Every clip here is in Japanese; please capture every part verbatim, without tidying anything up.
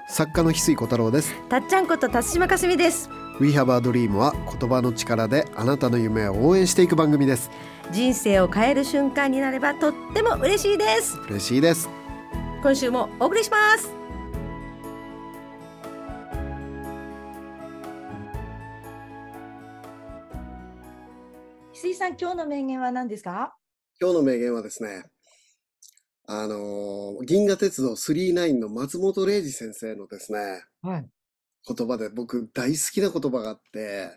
作家の翡翠小太郎です。 たっちゃんこと辰島かすみです。 We Have a Dream は言葉の力であなたの夢を応援していく番組です。 人生を変える瞬間になればとっても嬉しいです。 嬉しいです。 今週もお送りします。翡翠さん、今日の名言は何ですか？ 今日の名言はですね、あのー銀河鉄道さんじゅうきゅうの松本零士先生のですね、 はい。 言葉で僕大好きな言葉があって、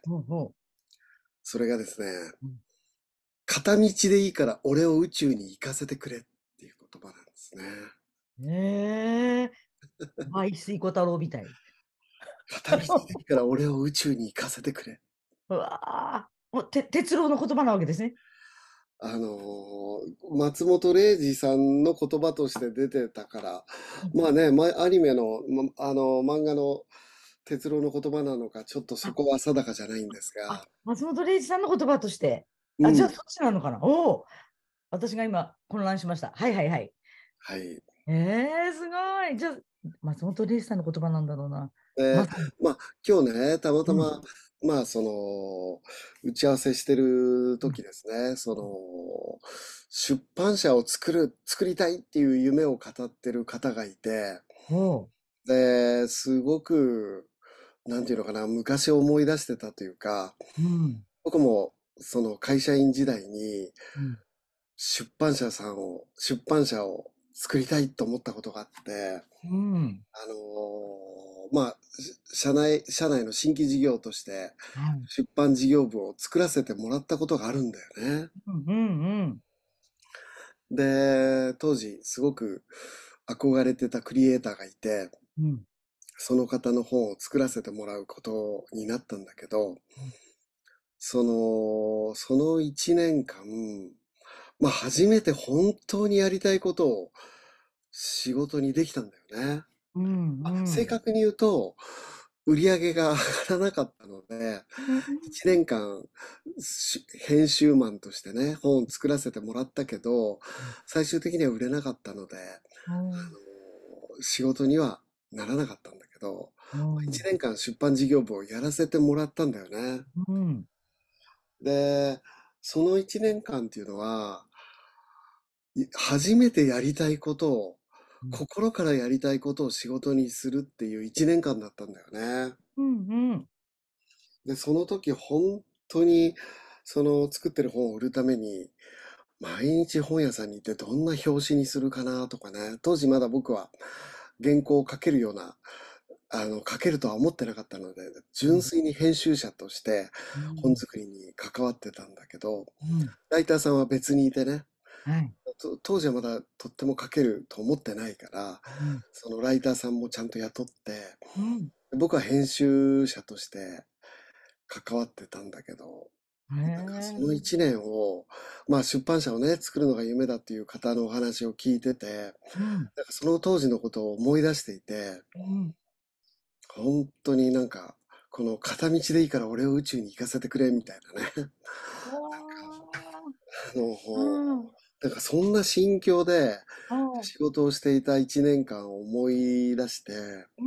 ほうほそれがですね、 うん片道でいいから俺を宇宙に行かせてくれっていう言葉なんですね。 う。へえ。翡翠小太郎みたい。 片道でいいから俺を宇宙に行かせてくれ。 うわあ、もうて哲郎の言葉なわけですね。 あのー松本零士さんの言葉として出てたから、まあね、まアニメの、まあの漫画の哲郎の言葉なのか、ちょっとそあ、 こは定かじゃないんですあ、 が、 松本零士さんの言葉として。あ、じゃあうん、 そっちなのかな。おお、私が今混乱しました。はいはいはい。 はい。 えー、すごい。じゃあ、松本零士さんの言葉なんだろうな。まで、 さに。 まあ、今日ね、たまたうん。 ま、まあ、その、打ち合わせしてるうん。 時ですね、その、出版社を作る、作りたいっていう夢を語ってる方がいて、 おう。 で、すごく、なんていうのかな、昔を思い出してたというか、 うん。 僕もその会社員時代にうん。 出版社さんを、出版社を作りたいと思ったことがあって、 うん。 あのーまあ、し社内、社内の新規事業としてはい。 出版事業部を作らせてもらったことがあるんだよね。 うんうんうん。 で、当時すごく憧れてたクリエイターがいて、 うん。 その方の本を作らせてもらうことになったんだけど、その、その一年間、まあ初めて本当にやりたいことを仕事にできたんだよね。 うんあ、 うん。 正確に言うと、売り上げが上がらなかったので、 うん。 一年間、し編集マンとしてね、本を作らせてもらったけど、最終的には売れなかったので、 うん。 あの仕事にはならなかったんだけど、 うん。 一年間出版事業部をやらせてもらったんだよね。 うん。 で、その一年間っていうのは、い初めてやりたいことを、心からやりたいことを仕事にするっていう一年間だったんだよね。 うん。 で、その時本当に、その作ってる本を売るために、毎日本屋さんに行ってどんな表紙にするかなとかね、当時まだ僕は原稿を書けるような、あの、書けるとは思ってなかったので、純粋に編集者としてうん。 本作りに関わってたんだけど、 うん。 ライターさんは別にいてね、 はい。 と当時はまだとっても書けると思ってないから、 うん。 そのライターさんもちゃんと雇って、 うん。 僕は編集者として関わってたんだけど、 へなんかそえ。 の一年を、まあ出版社をね、作るのが夢だっていう方のお話を聞いてて、 うん。 なんかその当時のことを思い出していて、 うん。 本当になんか、この片道でいいから俺を宇宙に行かせてくれみたいなね。 わあ。 あの、 うん。 なんかそんな心境でああ。 仕事をしていた一年間を思い出して、 うん。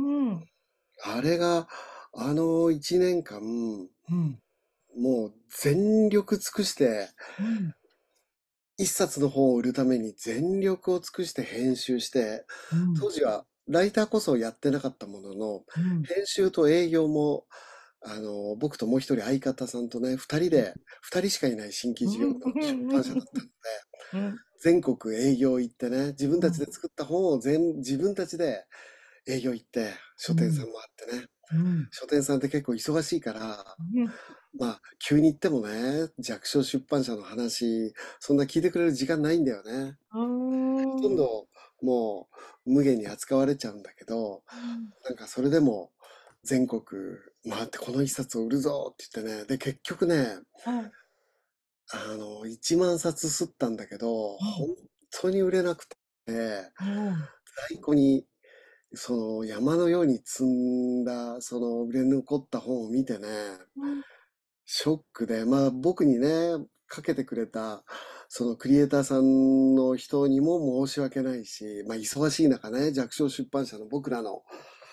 あれが、あの一年間、 うん。 もう全力尽くして、 うん。 一冊の本を売るために全力を尽くして編集して、 うん。 当時はライターこそやってなかったものの、 うん。 編集と営業も、あの、僕ともう一人相方さんとね、二人で、二人しかいない新規う事業の出版社だったので、 ん。 全国営業行ってね、自分うん。 たちで作った本を全、自分たちで営業行って、書店さんもあってね、 うん。 書店さんって結構忙しいから、 うん。 まあ、急に言ってもね、弱小出版社の話、そんな聞いてくれる時間ないんだよね。 ああ。 ほとんどもう無限に扱われちゃうんだけど、 うん。 なんかそれでも全国回ってこの一冊を売るぞって言ってね、で、結局ね、 はい。 あの、いちまん冊吸ったんだけど、 うん。 本当に売れなくて、 うん。 在庫に、その山のように積んだ、その売れ残った本を見てね、 うん。 ショックで、まあ僕にね、かけてくれた、そのクリエイターさんの人にも申し訳ないし、まあ忙しい中ね、弱小出版社の僕らの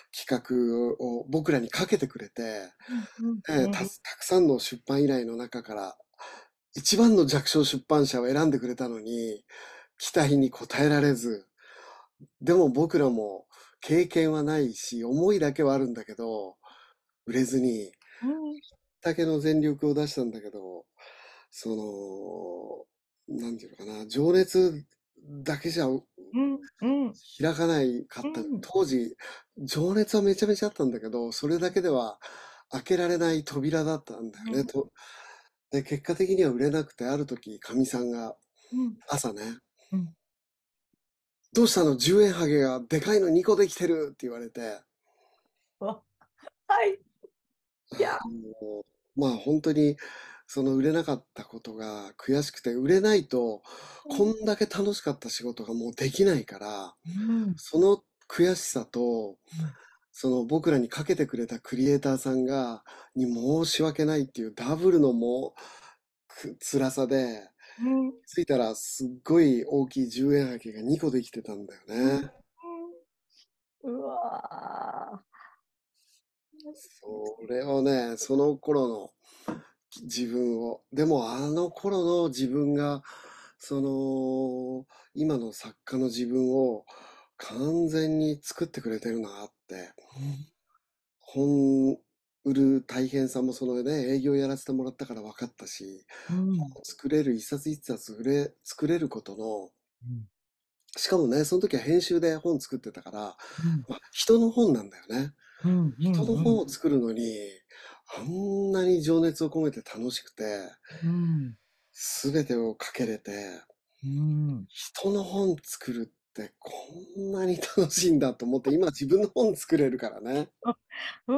企画を僕らにかけてくれて、 うんうんえーた、たくさんの出版依頼の中から一番の弱小出版社を選んでくれたのに、期待に応えられず、でも僕らも経験はないし、思いだけはあるんだけど、売れずに、 うんだけの全力を出したんだけど、その、なんていうのかな、情熱だけじゃうんうん開かないかった。 うん当時、情熱はめちゃめちゃあったんだけど、それだけでは開けられない扉だったんだよね。と、で、結果的には売れなくて、ある時、かみさんがうん朝ね、 うん。 どうしたの？ じゅう 円ハゲがでかいのにこできてるって言われて、 わ、はい。いや、 あの、まあ本当に、その売れなかったことが悔しくて、売れないと、こうんんだけ楽しかった仕事がもうできないから、 うんその悔しさと、 うんその僕らにかけてくれたクリエイターさんが、に申し訳ないっていうダブルのもう、く辛さで、 うん気づいたらすっごい大きいじゅうえんハゲがにこできてたんだようんね。 うん。うわそれをね、その頃の自分を、でもあの頃の自分が、その、今の作家の自分を完全に作ってくれてるなって、 ー。 本売る大変さもそのね、営業やらせてもらったから分かったし、 うん作れる、一冊一冊売れ、作れることの、 うんしかもね、その時は編集で本作ってたから、 うんまあ、人の本なんだよね。 うんうんうん人の本を作るのに、あんなに情熱を込めて楽しくて、 うんすべてをかけれて、 うん人の本作るってこんなに楽しいんだと思って、今自分の本作れるからね。 あ、うん、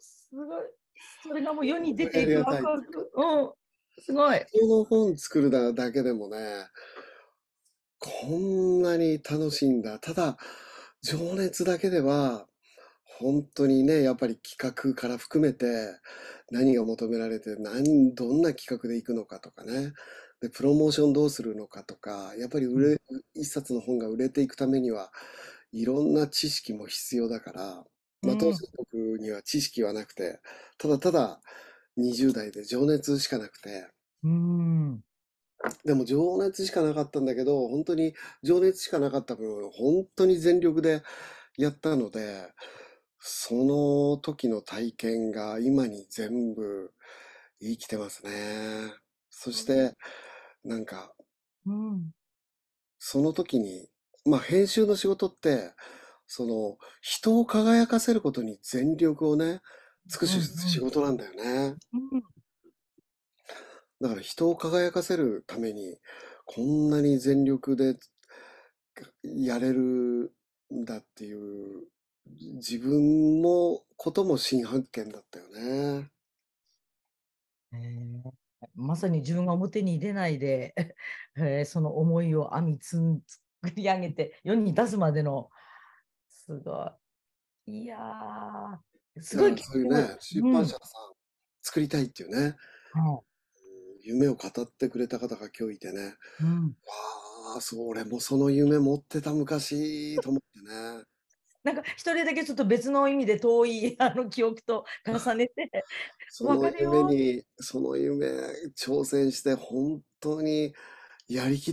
すごい。それがもう世に出ていくありがたい。 ワクワク。うん、すごい。 人の本作るだだけでもね、こんなに楽しいんだ。ただ、情熱だけでは、本当にね、やっぱり企画から含めて、何が求められて、何、どんな企画で行くのかとかね。で、プロモーションどうするのかとか、やっぱり売うんれ、一冊の本が売れていくためには、いろんな知識も必要だから、まあ当時うん僕には知識はなくて、ただただにじゅう代で情熱しかなくて、 うんでも情熱しかなかったんだけど、本当に情熱しかなかった分、本当に全力でやったので、その時の体験が今に全部生きてますね。そして、なんか、 うんその時に、まあ編集の仕事って、その人を輝かせることに全力をね、尽くうんす仕事なんだよね。 うんだから人を輝かせるために、こんなに全力でやれるんだっていう、自分も、ことも新発見だったよね。 えーまさに自分が表に出ないで、えーその思いを編みつん作り上げて世に出すまでの、すごい。いやー、すだからごい経験が、 そういうね、出うん、 版社さん、作りたいっていうね、 は夢を語ってくれた方が今日いてね、 い、うん。 わあ、そう、俺もその夢持ってた昔、と思ってね。 なんか一人だけちょっと別の意味で遠いあの記憶と重ねて、 そのわかるよ。 夢に、その夢、挑戦して、本当にやりきった。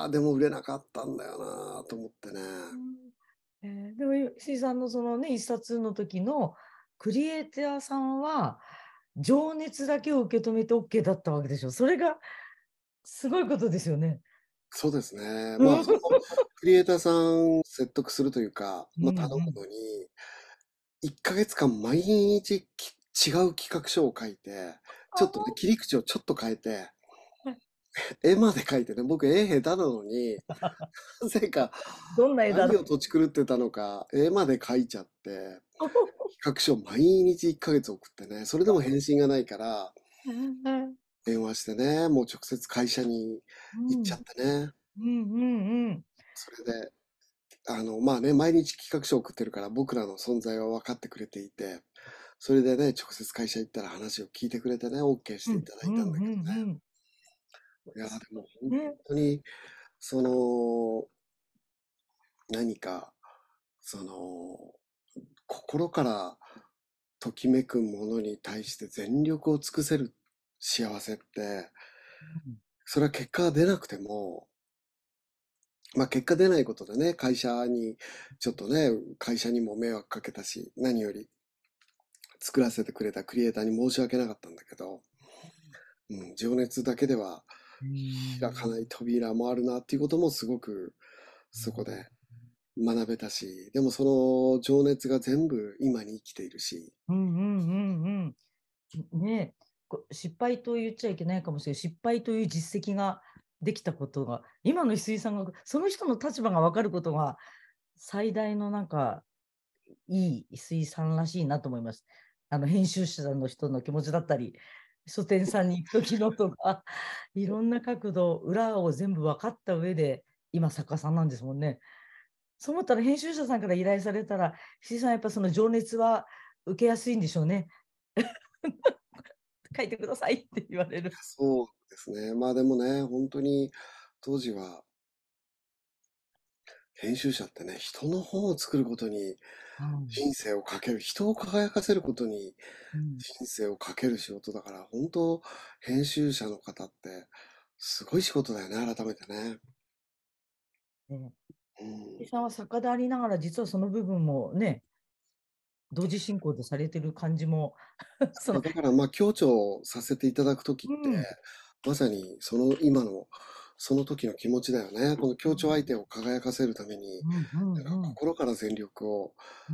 でも売れなかったんだよな、と思ってね。 うんえーでも、石井さんのそのね、一冊の時のクリエイターさんは、情熱だけを受け止めて OK だったわけでしょ。それがすごいことですよね。 そうですね。まあ、 うんその、クリエイターさん説得するというか、 うまあ、頼んむのに、いっかげつかん毎日き違う企画書を書いて、ちょっとね、切り口をちょっと変えて、絵まで描いてね、僕絵下手なのに、なぜかどんな絵だろ何を土地狂ってたのか、絵まで描いちゃって、 う。 企画書を毎日いっかげつ送ってね、それでも返信がないから、 うん電話してね、もう直接会社にうん行っちゃってね。 うんうんそれで、あの、まあね、毎日企画書を送ってるから僕らの存在は分かってくれていて、それでね、直接会社行ったら話を聞いてくれてね、OK しうんていただいたんうんうだけどね。 んうんいや、でも本ね。 当に、その、何か、その、 心からときめくものに対して全力を尽くせる幸せって、 うん、 それは結果が出なくても、まあ結果出ないことでね、会社に、ちょっとね、会社にも迷惑かけたし、何より作らせてくれたクリエイターに申し訳なかったんだけど、うん、情熱だけではうん、 開かない扉もあるなっていうこともすごくそこで学べたし、でもその情熱が全部今に生きているし、 うんうんうんうん。ねえ、こ失敗と言っちゃいけないかもしれない。失敗という実績ができたことが、今の石井さんが、その人の立場が分かることが、最大のなんか、いい石井さんらしいなと思います。あの、編集者の人の気持ちだったり、書店さんに行く時のとか、いろんな角度、裏を全部分かった上で、今、作家さんなんですもんね。そう思ったら、編集者さんから依頼されたら、石井さん、やっぱその情熱は受けやすいんでしょうね。書いてくださいって言われる。 そうですね。まあでもね、本当に当時は編集者ってね、人の本を作ることにうん、 人生をかける、人を輝かせることにうん、 人生をかける仕事だから、本当編集者の方ってすごい仕事だよね、改めてね。 ね、 うん。 石井さんは作家でありながら、実はその部分もね、同時進行でされてる感じも、その、 いや、だからまあ、強調させていただくときって、 うん、 まさにその今の、その時の気持ちだよね。この強調相手を輝かせるために、 うん、うなんかん、うん、 心から全力をうん、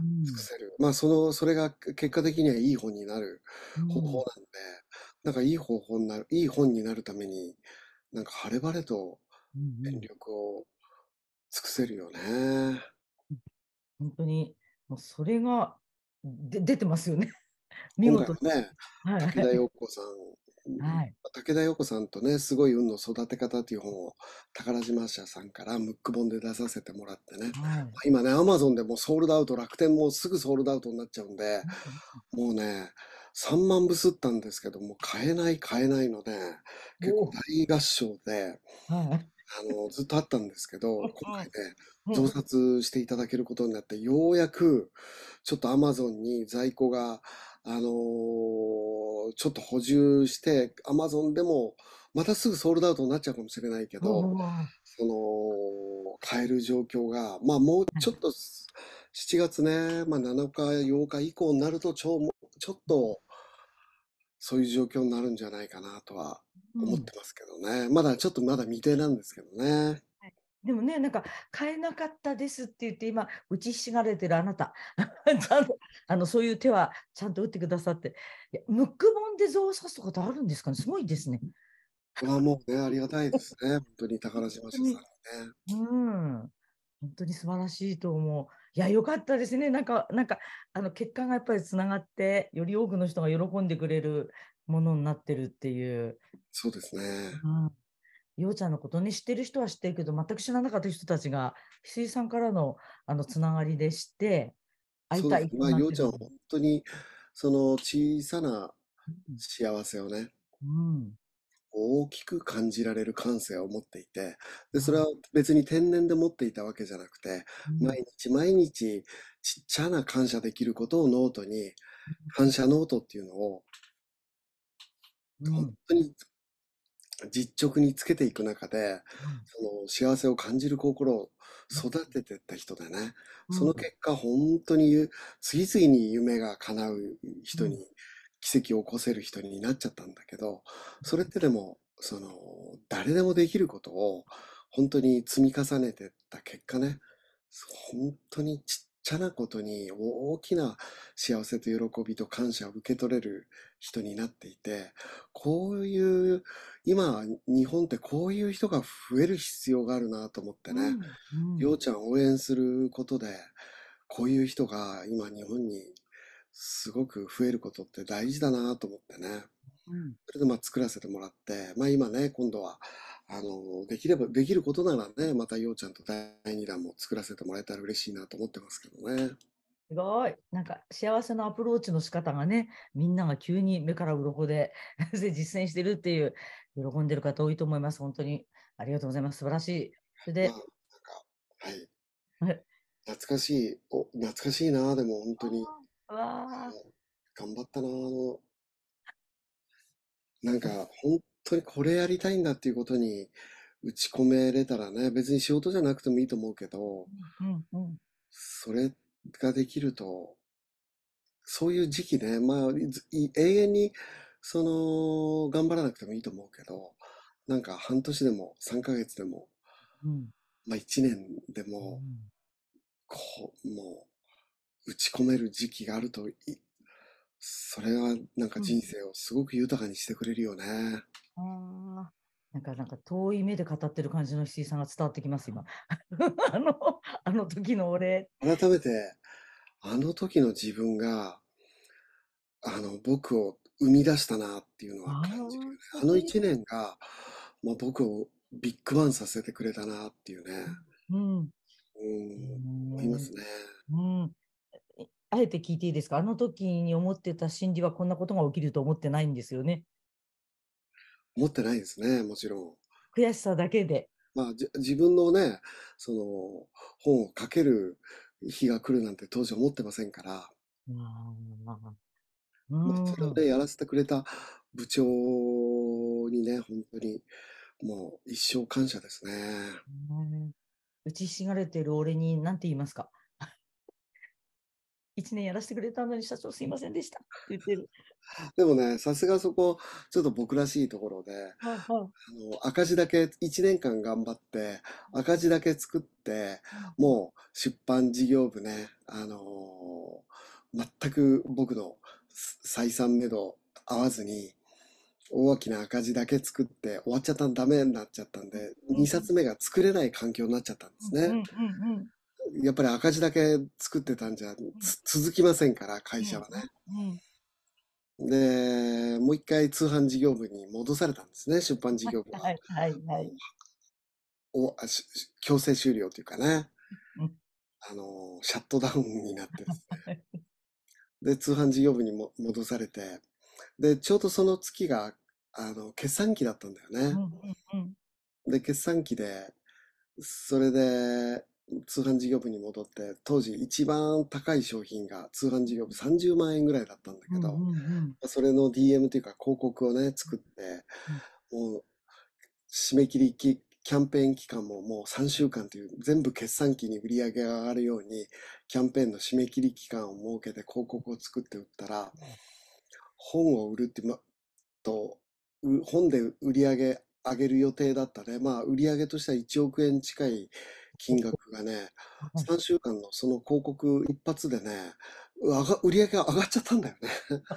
尽くせる。まあ、その、それが結果的にはいい本になる方法うん、 なんで、なんかいい方法になる、いい本になるために、なんか晴れ晴れとうん、う全ん。 力を尽くせるよね。 本当に、もうそれがで出てますよね。見今回事に。 はね、武田はい。 陽子さん、うんはい。 武田陽子さんとね、すごい運の育て方っていう本を宝島社さんからムック本で出させてもらってね。 はい。 今ね、アマゾンでもうソールドアウト、楽天もすぐソールドアウトになっちゃうんで、 うん、 もうね、さんまん部すったんですけども、買えない買えないので、結構お、 大合唱で、 はい。 あの、ずっとあったんですけど、今回ね、増うん、 刷していただけることになって、ようやく、ちょっとアマゾンに在庫が、あのーちょっと補充して、アマゾンでも、またすぐソールドアウトになっちゃうかもしれないけうん、 ど、 うん、うん、 その、買える状況が、まあもうちょっと、しちがつね、まあなのかようか以降になると、ちょ、もうちょっと、そういう状況になるんじゃないかなとはうん。 思ってますけどね。まだちょっとまだ未定なんですけどね。 はい、でもね、なんか、買えなかったですって言って、今、打ちひしがれてるあなた、ちゃんと、あの、そういう手はちゃんと打ってくださって、いや、ムック本で像を刺すことあるんですかね、すごいですね。 はもうね、ありがたいですね。本当に本宝島社さん当に、 にね。 うん、本当に素晴らしいと思う。いや、よかったですね。なんか、なんか、あの、結果がやっぱりつながって、より多くの人が喜んでくれるものになってるっていう。 そうですね。 うん、ようちゃんのことね、知ってる人は知ってるけど、全く知らなかった人たちが、翡翠さんからの、あのつながりでして、会いそうですね。 たいってまあ、 なってるの。 ようちゃんは本当に、その小さなうん。 幸せをね、 うん。 大きく感じられる感性を持っていて、で、それははい。 別に天然で持っていたわけじゃなくて、 うん。 毎日毎日ちっちゃな感謝できることをノートに、感謝ノートっていうのを本うん。 当に実直につけていく中で、 うん。 その幸せを感じる心を育てていった人でね、そうん。 の結果本当に次々に夢が叶う人に、 うん。 奇跡を起こせる人になっちゃったんだけど、それってでも、その、誰でもできることを本当に積み重ねていった結果ね、本当にちっちゃなことに大きな幸せと喜びと感謝を受け取れる人になっていて、こういう今、日本ってこういう人が増える必要があるなと思ってね、 うん。うん。 ようちゃんを応援することで、こういう人が今日本にすごく増えることって大事だなと思ってね。 うん。 それでまあ作らせてもらって、まあ今ね、今度は、あの、できれば、できることならね、またようちゃんとだいにだんも作らせてもらえたら嬉しいなと思ってますけどね。 すごい。なんか幸せのアプローチの仕方がね、みんなが急に目から鱗でで実践してるっていう、喜んでる方多いと思います。本当に。ありがとうございます。素晴らしい。それまあ、 で、 なんか、はい。 懐かしい、お、懐かしいな、でも本当に。 あーわあ、 頑張ったな、あの、なんか、本当にこれやりたいんだっていうことに打ち込めれたらね、別に仕事じゃなくてもいいと思うけど、 うんうん。 それができると、そういう時期ね、まあ、いずい永遠に、その、頑張らなくてもいいと思うけど、なんか半年でもさんかげつでも、 うん。 まあいちねんでうも、 ん。 こう、もう、打ち込める時期があるといい、それはなんかうん。 人生をすごく豊かにしてくれるよね。 ああ、なんか、なんか遠い目で語ってる感じの石井さんが伝わってきます、今。あの、あの時の俺。 改めて、あの時の自分が、あの、僕を生み出したなっていうのはあ感じるよね。 あ、 あの一年が、まあ、僕をビッグバンさせてくれたなっていうね、 うん。 うん、思いまうん。 すね。 うん。えあえて聞いていいですか？あの時に思ってた心理はこんなことが起きると思ってないんですよね。 思ってないですね、もちろん。 悔しさだけで。 まあ、じ自分のね、その、本を書ける日が来るなんて当時思ってませんから、 ああ、 まあ、 うん。 それをね、やらせてくれた部長にね、本当に、もう一生感謝ですね。 うん打ちひしがれてる俺に何て言いますか？一年やらせてくれたのに社長すいませんでしたって言ってる。 でもね、さすがそこ、ちょっと僕らしいところで、 はいはあの、赤字だけ、いちねんかん頑張って、赤字だけ作って、 い。 もう出版事業部ね、あのー全く僕の採算目処合わずに、大きな赤字だけ作って終わっちゃったらダメになっちゃったんで、 うんにさつめが作れない環境になっちゃったんですね。 うんうんうんやっぱり赤字だけ作ってたんじゃつ続きませんから、会うん社はね。 うんで、もう一回通販事業部に戻されたんですね、出版事業部は。 はいはいはい。 お、あし強制終了というかね、 うんあの、シャットダウンになってですね。で、通販事業部にも戻されて、で、ちょうどその月が、あの、決算期だったんだよね。 うんうんうんで、決算期で、それで、通販事業部に戻って、当時一番高い商品が通販事業部さんじゅうまん円ぐらいだったんだうんうけど、 んそれの ディーエム というか広告をね、作って、 うんもう締め切りきキャンペーン期間ももうさんしゅうかんという全部決算期に売り上げが上がるようにキャンペーンの締め切り期間を設けて広告を作って売ったら本を売るってまとう本で売り上げ上げる予定だったね。まあ売り上げとしてはいちおく円近い金額がね、さんしゅうかんのその広告一発でね、う上が売り上げが上がっちゃったんだよね。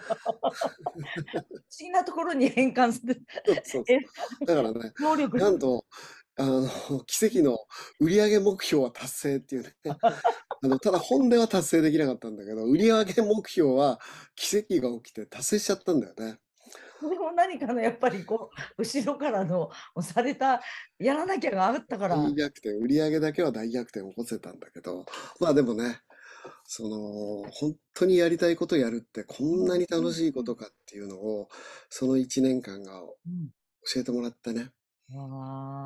不思議なところに変換する。 そうそうそえ、 う。だからね、 能力。 なんと、あの、奇跡の売上目標は達成っていうね。あの、ただ本では達成できなかったんだけど、売上目標は奇跡が起きて達成しちゃったんだよね。 でも何かのやっぱりこう、後ろからの押された、やらなきゃがあったから。 大逆転、売上だけは大逆転を起こせたんだけど、まあでもね、その、本当にやりたいことやるってこんなに楽しいことかっていうのを、そのいちねんかんがうん教えてもらってね、 うん、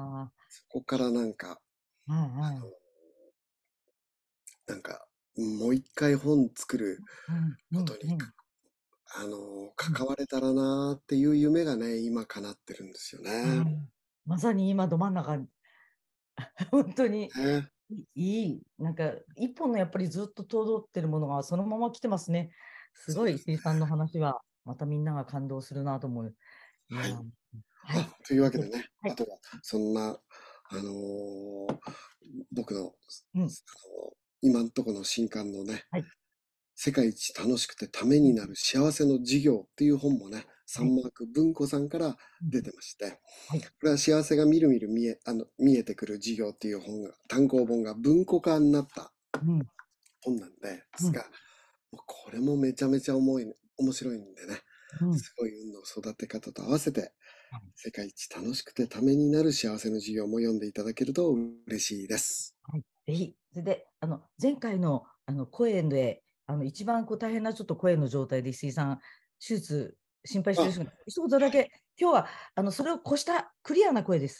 あそこからなんか、 あ、はいはい。 なんか、もう一回本作るうんうことに、 んうんあの、 うん関われたらなーっていう夢がね、今叶ってるんですよね。 うんまさに今ど真ん中に、本当にね。 いいい、なんか一本のやっぱりずっと通ってるものがそのまま来てますね。すごいそうですね。 石井さんの話は、またみんなが感動するなと思う。いや、 はい。 はい。 あ、というわけでね、 はい。 あとは、そんな、あのー僕の、 うん。 あの今んとこの新刊のね、 はい。 世界一楽しくてためうんになる幸せの授業っていう本もね、サはい。 ンマーク文庫さんからうん出てまして、こはい。 れは幸せがみるみる見え、あの、見えてくる授業っていう本が、単行本が文庫化になったうん。 本なんでうん。 すが、もうこれもめちゃめちゃ重い、面白いんでね、 うん。 すごい運の育て方と合わせて、 はい世界一楽しくてためになる幸せの授業も読んでいただけると嬉しいです。 はい。ぜひ。それで、あの、前回の、あの、声で、あの、一番こう大変なちょっと声の状態で石井さん、手術心配しあ、 てる人が、一言だけ、今日は、あの、それを越したクリアな声です。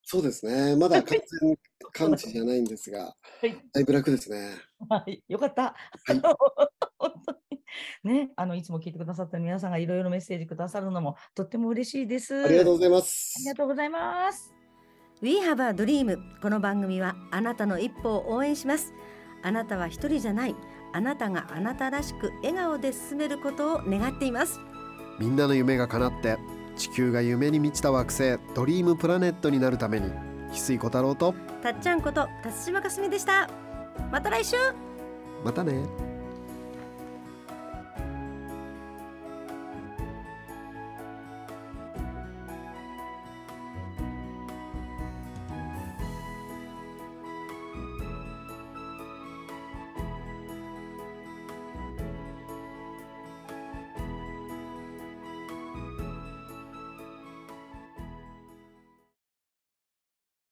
そうですね。まだ完全完治じゃないんですが、 はい。 だいぶ楽ですね。 はい、よかった。 はい。 本当に。ね、あの、いつも聞いてくださった皆さんがいろいろメッセージくださるのもとっても嬉しいです。 ありがとうございまありがす。 とうございます。 We have a dream。 この番組はあなたの一歩を応援します。あなたは一人じゃない。あなたがあなたらしく笑顔で進めることを願っています。 みんなの夢が叶って地球が夢に満ちた惑星ドリームプラネットになるために、翡翠小太郎とたっちゃんこと辰島かすみでした。また来週。 またね。